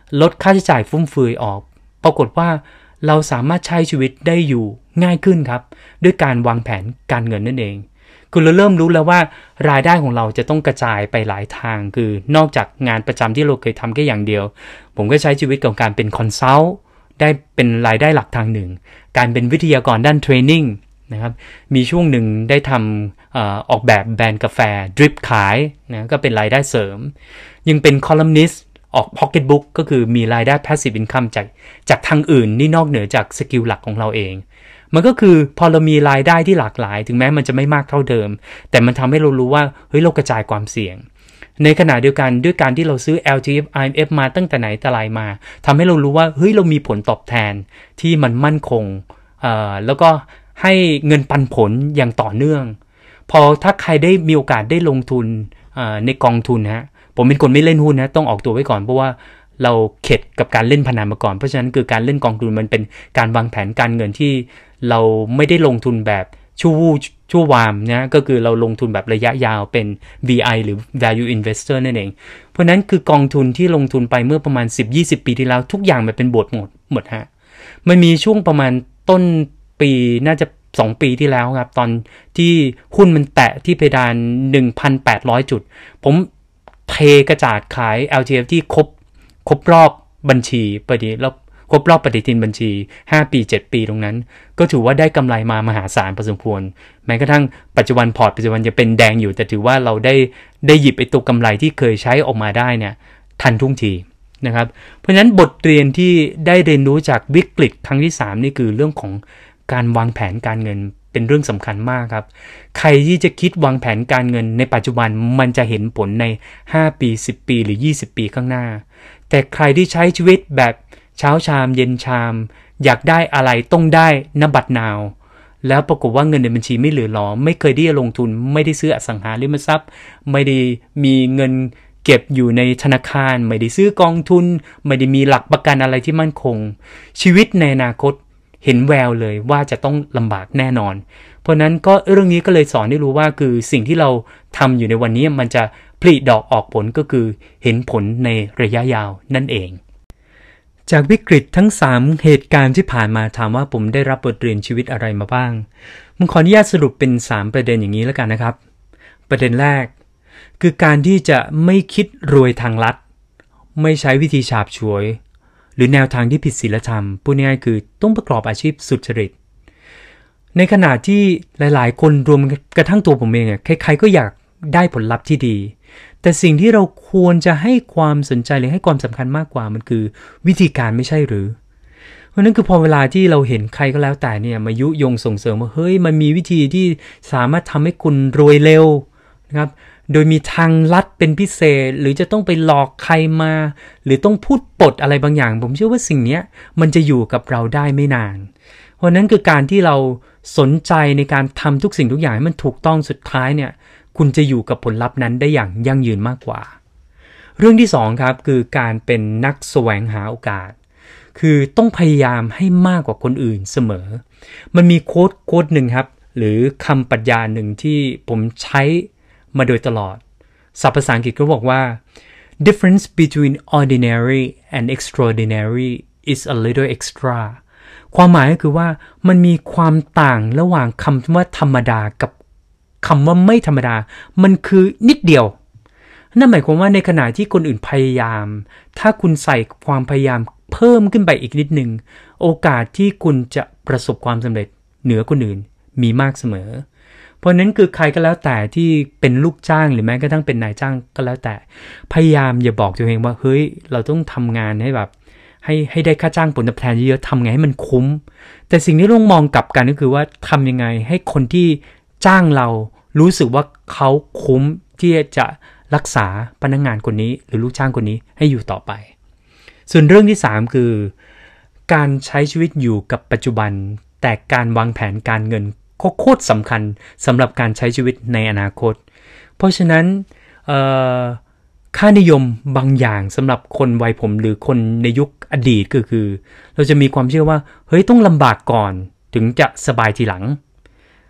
ลดค่าใช้จ่ายฟุ่มเฟือยออกปรากฏว่าเราสามารถใช้ชีวิตได้อยู่ง่ายขึ้นครับด้วยการวางแผนการเงินนั่นเองคือเราเริ่มรู้แล้วว่ารายได้ของเราจะต้องกระจายไปหลายทางคือนอกจากงานประจำที่เราเคยทำแค่อย่างเดียวผมก็ใช้ชีวิตกับการเป็นคอนซัลท์ได้เป็นรายได้หลักทางหนึ่งการเป็นวิทยากรด้านเทรนนิ่งนะครับมีช่วงหนึ่งได้ทำ เอ่อ ออกแบบแบรนด์กาแฟดริปขายนะก็เป็นรายได้เสริมยังเป็นคอลัมนิสต์ออก Pocket Book ก็คือมีรายได้ Passive Income จากจากทางอื่นนี่นอกเหนือจากสกิลหลักของเราเองมันก็คือพอเรามีรายได้ที่หลากหลายถึงแม้มันจะไม่มากเท่าเดิมแต่มันทำให้เรารู้ว่าเฮ้ยเรากระจายความเสี่ยงในขณะเดียวกันด้วยการที่เราซื้อ แอล ที เอฟ ไอ เอ็ม เอฟ มาตั้งแต่ไหนแต่ไรมาทำให้เรารู้ว่าเฮ้ยเรามีผลตอบแทนที่มันมั่นคงเอ่อแล้วก็ให้เงินปันผลอย่างต่อเนื่องพอถ้าใครได้มีโอกาสได้ลงทุนในกองทุนฮะผมเป็นคนไม่เล่นหุ้นนะต้องออกตัวไว้ก่อนเพราะว่าเราเข็ดกับการเล่นพนันมาก่อนเพราะฉะนั้นคือการเล่นกองทุนมันเป็นการวางแผนการเงินที่เราไม่ได้ลงทุนแบบชั่ววูชั่ววามนะก็คือเราลงทุนแบบระยะยาวเป็น วี ไอ หรือ value investor นั่นเองเพราะนั้นคือกองทุนที่ลงทุนไปเมื่อประมาณ สิบถึงยี่สิบ ปีที่แล้วทุกอย่างมันเป็นบทหมดหมดฮะมันมีช่วงประมาณต้นปีน่าจะสองปีที่แล้วครับตอนที่หุ้นมันแตะที่เพดาน หนึ่งพันแปดร้อย จุดผมเทกระจาดขาย แอล ที เอฟ ที่ครบครบรอบบัญชีพอดีแล้วครบรอบปฏิทินบัญชีห้าปีเจ็ดปีตรงนั้นก็ถือว่าได้กำไรมามหาศาลพอสมควรแม้กระทั่งปัจจุบันพอร์ตปัจจุบันจะเป็นแดงอยู่แต่ถือว่าเราได้ได้หยิบไอ้ตัวกำไรที่เคยใช้ออกมาได้เนี่ยทันท่วงทีนะครับเพราะฉะนั้นบทเรียนที่ได้เรียนรู้จากวิกฤตครั้งที่สามนี่คือเรื่องของการวางแผนการเงินเป็นเรื่องสำคัญมากครับใครที่จะคิดวางแผนการเงินในปัจจุบันมันจะเห็นผลในห้าปีสิบปีหรือยี่สิบปีข้างหน้าแต่ใครที่ใช้ชีวิตแบบเช้าชามเย็นชามอยากได้อะไรต้องได้ณบัดนาวแล้วปรากฏว่าเงินในบัญชีไม่เหลือหรอไม่เคยได้ลงทุนไม่ได้ซื้ออสังหาริมทรัพย์ไม่ได้มีเงินเก็บอยู่ในธนาคารไม่ได้ซื้อกองทุนไม่ได้มีหลักประกันอะไรที่มั่นคงชีวิตในอนาคตเห็นแววเลยว่าจะต้องลำบากแน่นอนเพราะนั้นก็เรื่องนี้ก็เลยสอนให้รู้ว่าคือสิ่งที่เราทำอยู่ในวันนี้มันจะผลิดอกออกผลก็คือเห็นผลในระยะยาวนั่นเองจากวิกฤตทั้งสามเหตุการณ์ที่ผ่านมาถามว่าผมได้รับบทเรียนชีวิตอะไรมาบ้างผมขออนุญาตสรุปเป็นสามประเด็นอย่างนี้แล้วกันนะครับประเด็นแรกคือการที่จะไม่คิดรวยทางลัดไม่ใช้วิธีฉาบฉวยหรือแนวทางที่ผิดศีลธรรมพูดง่ายๆคือต้องประกอบอาชีพสุจริตในขณะที่หลายๆคนรวมกระทั่งตัวผมเองอ่ะใครๆก็อยากได้ผลลัพธ์ที่ดีแต่สิ่งที่เราควรจะให้ความสนใจหรือให้ความสำคัญมากกว่ามันคือวิธีการไม่ใช่หรือเพราะนั้นคือพอเวลาที่เราเห็นใครก็แล้วแต่เนี่ยมายุยงส่งเสริมว่าเฮ้ยมันมีวิธีที่สามารถทำให้คุณรวยเร็วนะครับโดยมีทางลัดเป็นพิเศษหรือจะต้องไปหลอกใครมาหรือต้องพูดปดอะไรบางอย่างผมเชื่อว่าสิ่งนี้มันจะอยู่กับเราได้ไม่นานเพราะนั้นคือการที่เราสนใจในการทำทุกสิ่งทุกอย่างให้มันถูกต้องสุดท้ายเนี่ยคุณจะอยู่กับผลลัพธ์นั้นได้อย่างยั่งยืนมากกว่าเรื่องที่สองครับคือการเป็นนักแสวงหาโอกาสคือต้องพยายามให้มากกว่าคนอื่นเสมอมันมีโค้ดโค้ดหนึ่งครับหรือคำปรัชญาหนึ่งที่ผมใช้มาโดยตลอดศัพท์ภาษาอังกฤษก็บอกว่า difference between ordinary and extraordinary is a little extra ความหมายก็คือว่ามันมีความต่างระหว่างคำว่าธรรมดากับคำว่าไม่ธรรมดามันคือนิดเดียวนั่นหมายความว่าในขณะที่คนอื่นพยายามถ้าคุณใส่ความพยายามเพิ่มขึ้นไปอีกนิดนึงโอกาสที่คุณจะประสบความสำเร็จเหนือคนอื่นมีมากเสมอเพราะนั้นคือใครก็แล้วแต่ที่เป็นลูกจ้างหรือแม้กระทั่งเป็นนายจ้างก็แล้วแต่พยายามอย่าบอกตัวเองว่าเฮ้ยเราต้องทำงานให้แบบให้ให้ได้ค่าจ้างผลตอบแทนเยอะๆทำไงให้มันคุ้มแต่สิ่งที่ต้องมองกลับกันก็คือว่าทำยังไงให้คนที่จ้างเรารู้สึกว่าเขาคุ้มที่จะรักษาพนักงานคนนี้หรือลูกจ้างคนนี้ให้อยู่ต่อไปส่วนเรื่องที่สามคือการใช้ชีวิตอยู่กับปัจจุบันแต่การวางแผนการเงินก็โคตรสำคัญสำหรับการใช้ชีวิตในอนาคตเพราะฉะนั้นค่านิยมบางอย่างสำหรับคนวัยผมหรือคนในยุคอดีตก็คือเราจะมีความเชื่อว่าเฮ้ยต้องลำบากก่อนถึงจะสบายทีหลัง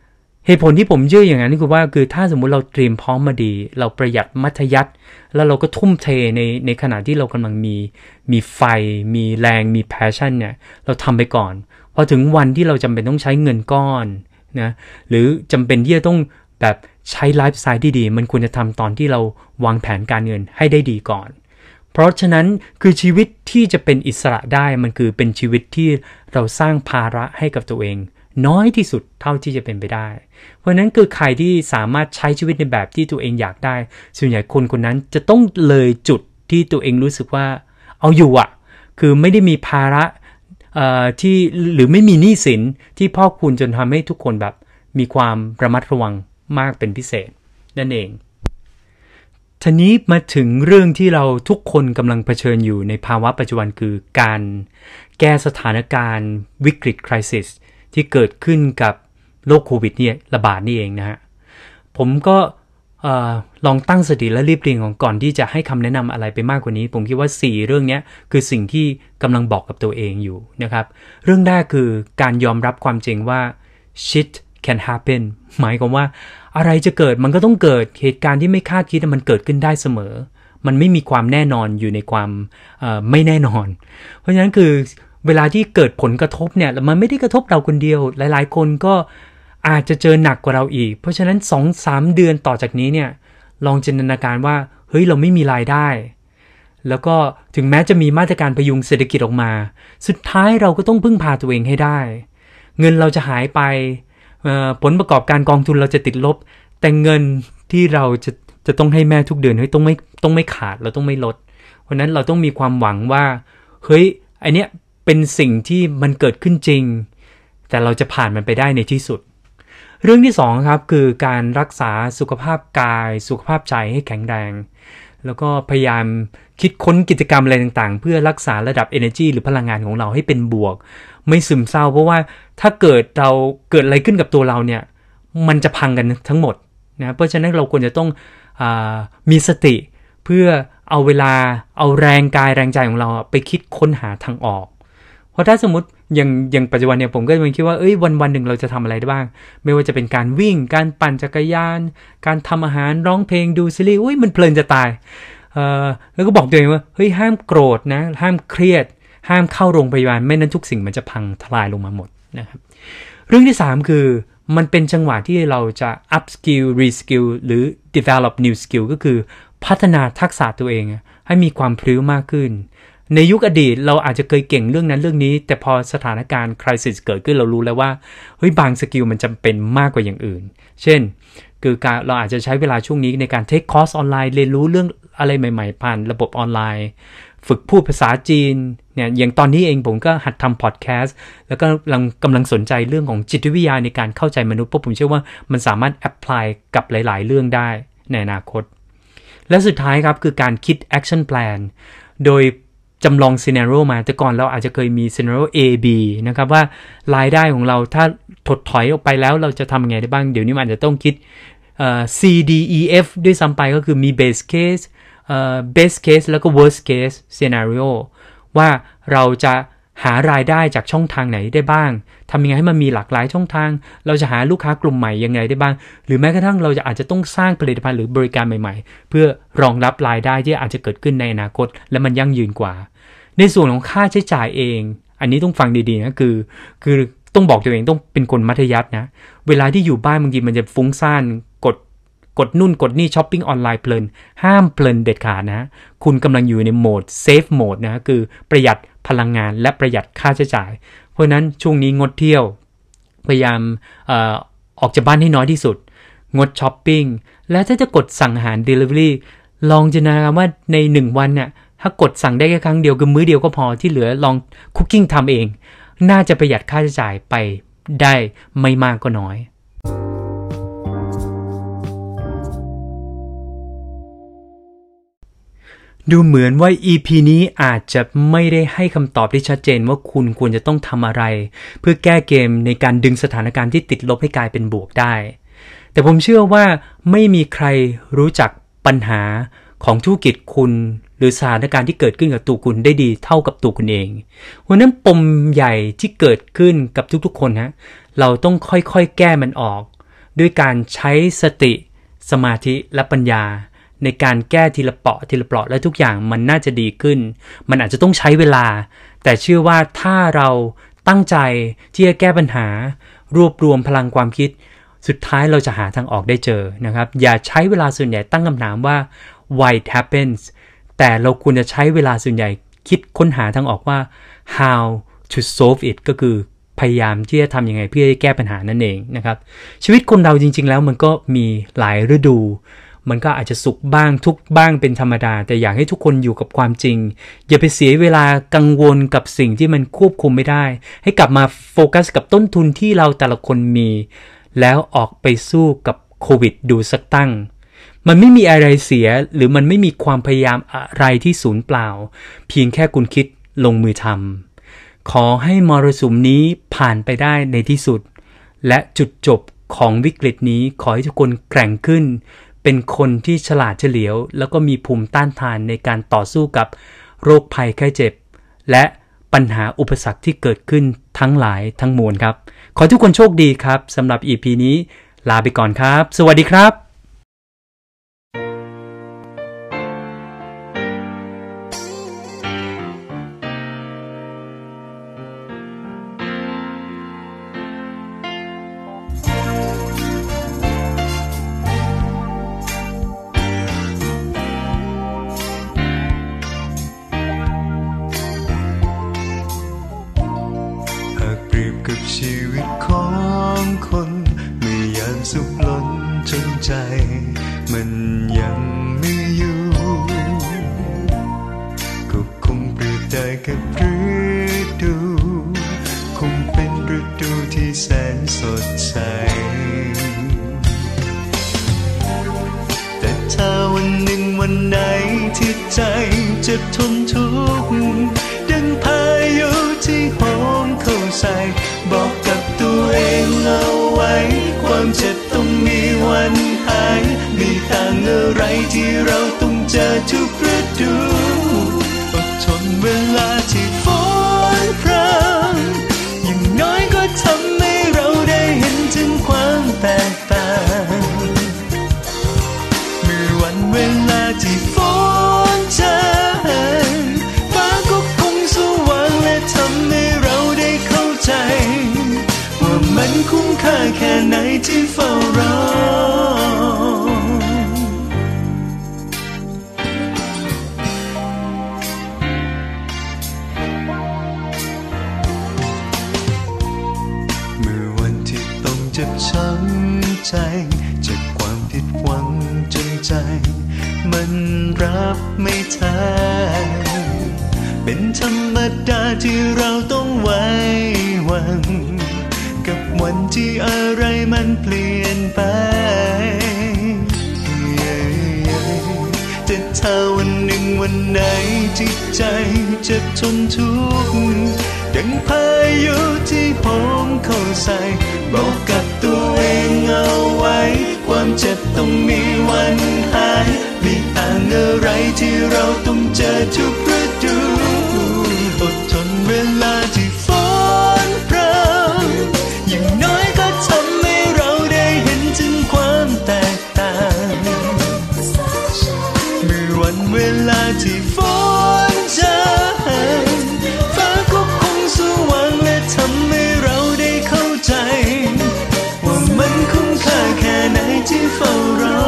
เหตุผลที่ผมเชื่ออย่างนั้นคือว่าคือถ้าสมมุติเราเตรียมพร้อมมาดีเราประหยัดมัธยัสถ์แล้วเราก็ทุ่มเทในในขณะที่เรากำลังมีมีไฟมีแรงมี passion เนี่ยเราทำไปก่อนพอถึงวันที่เราจำเป็นต้องใช้เงินก้อนนะหรือจำเป็นที่จะต้องแบบใช้ไลฟ์สไตล์ที่ดีมันควรจะทำตอนที่เราวางแผนการเงินให้ได้ดีก่อนเพราะฉะนั้นคือชีวิตที่จะเป็นอิสระได้มันคือเป็นชีวิตที่เราสร้างภาระให้กับตัวเองน้อยที่สุดเท่าที่จะเป็นไปได้เพราะนั้นคือใครที่สามารถใช้ชีวิตในแบบที่ตัวเองอยากได้ส่วนใหญ่คนคนนั้นจะต้องเลยจุดที่ตัวเองรู้สึกว่าเอาอยู่อ่ะคือไม่ได้มีภาระเอ่อที่หรือไม่มีหนี้สินที่พอกพูนจนทำให้ทุกคนแบบมีความระมัดระวังมากเป็นพิเศษนั่นเองทีนี้มาถึงเรื่องที่เราทุกคนกำลังเผชิญอยู่ในภาวะปัจจุบันคือการแก้สถานการณ์วิกฤต crisis ที่เกิดขึ้นกับโรคโควิดเนี่ยระบาดนี่เองนะฮะผมก็ลองตั้งสติและรีบเรียงของก่อนที่จะให้คำแนะนำอะไรไปมากกว่านี้ผมคิดว่าสี่เรื่องนี้คือสิ่งที่กำลังบอกกับตัวเองอยู่นะครับเรื่องแรกคือการยอมรับความจริงว่า shit can happen หมายความว่าอะไรจะเกิดมันก็ต้องเกิดเหตุการณ์ที่ไม่คาดคิดมันเกิดขึ้นได้เสมอมันไม่มีความแน่นอนอยู่ในความไม่แน่นอนเพราะฉะนั้นคือเวลาที่เกิดผลกระทบเนี่ยมันไม่ได้กระทบเราคนเดียวหลายๆคนก็อาจจะเจอหนักกว่าเราอีกเพราะฉะนั้น สองถึงสาม เดือนต่อจากนี้เนี่ยลองจินตนาการว่าเฮ้ยเราไม่มีรายได้แล้วก็ถึงแม้จะมีมาตรการพยุงเศรษฐกิจออกมาสุดท้ายเราก็ต้องพึ่งพาตัวเองให้ได้เงินเราจะหายไปผลประกอบการกองทุนเราจะติดลบแต่เงินที่เราจะจะต้องให้แม่ทุกเดือนเฮ้ยต้องไม่ต้องไม่ขาดเราต้องไม่ลดเพราะนั้นเราต้องมีความหวังว่าเฮ้ยไอเนี้ยเป็นสิ่งที่มันเกิดขึ้นจริงแต่เราจะผ่านมันไปได้ในที่สุดเรื่องที่สองครับคือการรักษาสุขภาพกายสุขภาพใจให้แข็งแรงแล้วก็พยายามคิดค้นกิจกรรมอะไรต่างๆเพื่อรักษาระดับ energy หรือพลังงานของเราให้เป็นบวกไม่ซึมเศร้าเพราะว่าถ้าเกิดเราเกิดอะไรขึ้นกับตัวเราเนี่ยมันจะพังกันทั้งหมดนะเพราะฉะนั้นเราควรจะต้องอามีสติเพื่อเอาเวลาเอาแรงกายแรงใจของเราไปคิดค้นหาทางออกเพราะถ้าสมมติอย่างอย่างปัจจุบันเนี่ยผมก็มันคิดว่าเอ้ยวันวันหนึ่งเราจะทำอะไรได้บ้างไม่ว่าจะเป็นการวิ่งการปั่นจักรยานการทำอาหารร้องเพลงดูซีรีส์อุ้ยมันเพลินจะตายเอ่อแล้วก็บอกตัวเองว่าเฮ้ยห้ามโกรธนะห้ามเครียดห้ามเข้าโรงพยาบาลไม่นั้นทุกสิ่งมันจะพังทลายลงมาหมดนะครับเรื่องที่สามคือมันเป็นจังหวะที่เราจะ up skill re skill หรือ develop new skill ก็คือพัฒนาทักษะตัวเองให้มีความพลิ้วมากขึ้นในยุคอดีตเราอาจจะเคยเก่งเรื่องนั้นเรื่องนี้แต่พอสถานการณ์ crisis เกิดขึ้นเรารู้แล้วว่าเฮ้ยบางสกิลมันจำเป็นมากกว่าอย่างอื่นเช่นคือการเราอาจจะใช้เวลาช่วงนี้ในการ take course ออนไลน์เรียนรู้เรื่องอะไรใหม่ๆผ่านระบบออนไลน์ฝึกพูดภาษาจีนเนี่ยอย่างตอนนี้เองผมก็หัดทำพอดแคสต์แล้วก็กำลังกำลังสนใจเรื่องของจิตวิทยาในการเข้าใจมนุษย์เพราะผมเชื่อว่ามันสามารถ apply กับหลายๆเรื่องได้ในอนาคตและสุดท้ายครับคือการคิด action plan โดยจำลองซีนาริโอมาแต่ก่อนเราอาจจะเคยมีซีนาริโอ A B นะครับว่ารายได้ของเราถ้าถดถอยออกไปแล้วเราจะทำยังไงได้บ้างเดี๋ยวนี้มันอาจจะต้องคิด C D E F ด้วยซ้ำไปก็คือมี base case best case แล้วก็ worst case scenario ว่าเราจะหารายได้จากช่องทางไหนได้บ้างทำยังไงให้มันมีหลากหลายช่องทางเราจะหาลูกค้ากลุ่มใหม่ยังไงได้บ้างหรือแม้กระทั่งเราจะอาจจะต้องสร้างผลิตภัณฑ์หรือบริการใหม่ๆเพื่อรองรับรายได้ที่อาจจะเกิดขึ้นในอนาคตและมันยั่งยืนกว่าในส่วนของค่าใช้จ่ายเองอันนี้ต้องฟังดีๆนะคือคือต้องบอกตัวเองต้องเป็นคนมัธยัสถ์นะเวลาที่อยู่บ้านบางทีมันจะฟุ้งซ่านกดกดนู่นกดนี่ช้อปปิ้งออนไลน์เพลินห้ามเพลินเด็ดขาดนะคุณกำลังอยู่ในโหมดเซฟโหมดนะคือประหยัดพลังงานและประหยัดค่าใช้จ่ายเพราะนั้นช่วงนี้งดเที่ยวพยายามเอ่อออกจากบ้านให้น้อยที่สุดงดช้อปปิ้งและถ้าจะกดสั่งอาหาร Delivery ลองจินตนาการว่าในหนึ่งวันเนี่ยถ้ากดสั่งได้แค่ครั้งเดียวคือมื้อเดียวก็พอที่เหลือลองคุกกิ้งทำเองน่าจะประหยัดค่าใช้จ่ายไปได้ไม่มากก็น้อยดูเหมือนว่า อี พี นี้อาจจะไม่ได้ให้คำตอบที่ชัดเจนว่าคุณควรจะต้องทำอะไรเพื่อแก้เกมในการดึงสถานการณ์ที่ติดลบให้กลายเป็นบวกได้แต่ผมเชื่อว่าไม่มีใครรู้จักปัญหาของธุรกิจคุณหรือสถานการณ์ที่เกิดขึ้นกับตัวคุณได้ดีเท่ากับตัวคุณเองเพราะนั้นปมใหญ่ที่เกิดขึ้นกับทุกๆคนฮะเราต้องค่อยๆแก้มันออกด้วยการใช้สติสมาธิและปัญญาในการแก้ทีละเปาะทีละเปาะและทุกอย่างมันน่าจะดีขึ้นมันอาจจะต้องใช้เวลาแต่เชื่อว่าถ้าเราตั้งใจที่จะแก้ปัญหารวบรวมพลังความคิดสุดท้ายเราจะหาทางออกได้เจอนะครับอย่าใช้เวลาส่วนใหญ่ตั้งคำถามว่า why it happens แต่เราควรจะใช้เวลาส่วนใหญ่คิดค้นหาทางออกว่า how to solve it ก็คือพยายามที่จะทำยังไงเพื่อให้แก้ปัญหานั่นเองนะครับชีวิตคนเราจริงๆแล้วมันก็มีหลายฤดูมันก็อาจจะสุขบ้างทุกบ้างเป็นธรรมดาแต่อยากให้ทุกคนอยู่กับความจริงอย่าไปเสียเวลากังวลกับสิ่งที่มันควบคุมไม่ได้ให้กลับมาโฟกัสกับต้นทุนที่เราแต่ละคนมีแล้วออกไปสู้กับโควิดดูสักตั้งมันไม่มีอะไรเสียหรือมันไม่มีความพยายามอะไรที่สูญเปล่าเพียงแค่คุณคิดลงมือทำขอให้มรสุมนี้ผ่านไปได้ในที่สุดและจุดจบของวิกฤตนี้ขอให้ทุกคนแกร่งขึ้นเป็นคนที่ฉลาดเฉลียวแล้วก็มีภูมิต้านทานในการต่อสู้กับโรคภัยไข้เจ็บและปัญหาอุปสรรคที่เกิดขึ้นทั้งหลายทั้งมวลครับขอทุกคนโชคดีครับสำหรับ อี พี นี้ลาไปก่อนครับสวัสดีครับกับชีวิตของคนเมื่อยามสุขล้นจนใจมันยังไม่อยู่ก็คงเปรียบได้กับฤดูคงเป็นฤดูที่แสนสดใสแต่ถ้าวันหนึ่งวันไหนที่ใจจะทนทุกข์ดังพายุที่โหมเข้าใส่บอกกับตัวเองเอาไว้ความเจ็บต้องมีวันหายมีทางอะไรที่เราต้องเจอทุกฤดูอดทนเวลาที่ฝนพรำอย่างน้อยก็ทำให้เราได้เห็นถึงความแตกต่างเมื่อวันเวลาที่ฝนจางฟ้าก็คงสว่างและทำให้เราได้เข้าใจว่ามันคุ้มค่าแค่ไหนที่เฝ้ารอเมื่อวันที่ต้องเจ็บช้ำใจจากความผิดหวังจนใจมันรับไม่ทันเป็นธรรมดาที่เราต้องไว้วันกับวันที่อะไรมันเปลี่ยนไปแต่ถ้าวันหนึ่งวันไหนที่ใจเจ็บทนทุกข์ดังพายุที่โหมเข้าใส่บอกกับตัวเองเอาไว้ความเจ็บต้องมีวันหายมีทางอะไรที่เราต้องเจอทุกฤดูอดทนเวลาที่ฝนพรำอย่างน้อยก็ทำให้เราได้เห็นถึงความแตกต่างเมื่อวันเวลาที่ฝนจางฟ้าก็คงสว่างและทำให้เราได้เข้าใจว่ามันคุ้มค่าแค่ไหนที่เฝ้ารอ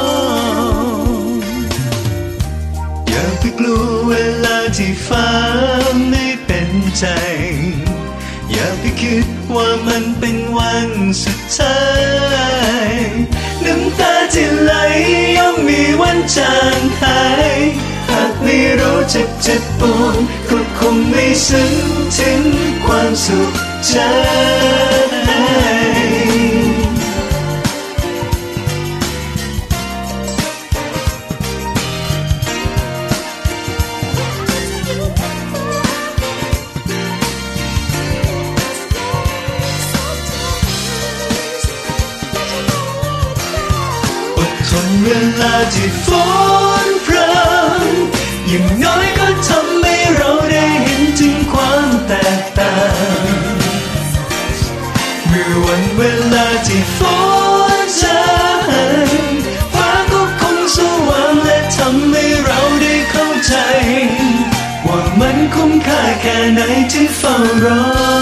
อย่าไปกลัวเวลาที่ฟ้าไม่เป็นใจอย่าไปคิดว่ามันเป็นวันสุดท้ายน้ำตาที่ไหลย่อมมีวันจางหายหากไม่รู้จักเจ็บปวดก็คงไม่ซึ้งถึงความสุขใจ เวลาที่ฝนพรำอย่างน้อยก็ทำให้เราได้เห็นถึงความแตกต่างเมื่อวันเวลาที่ฝนเฝ้ารอ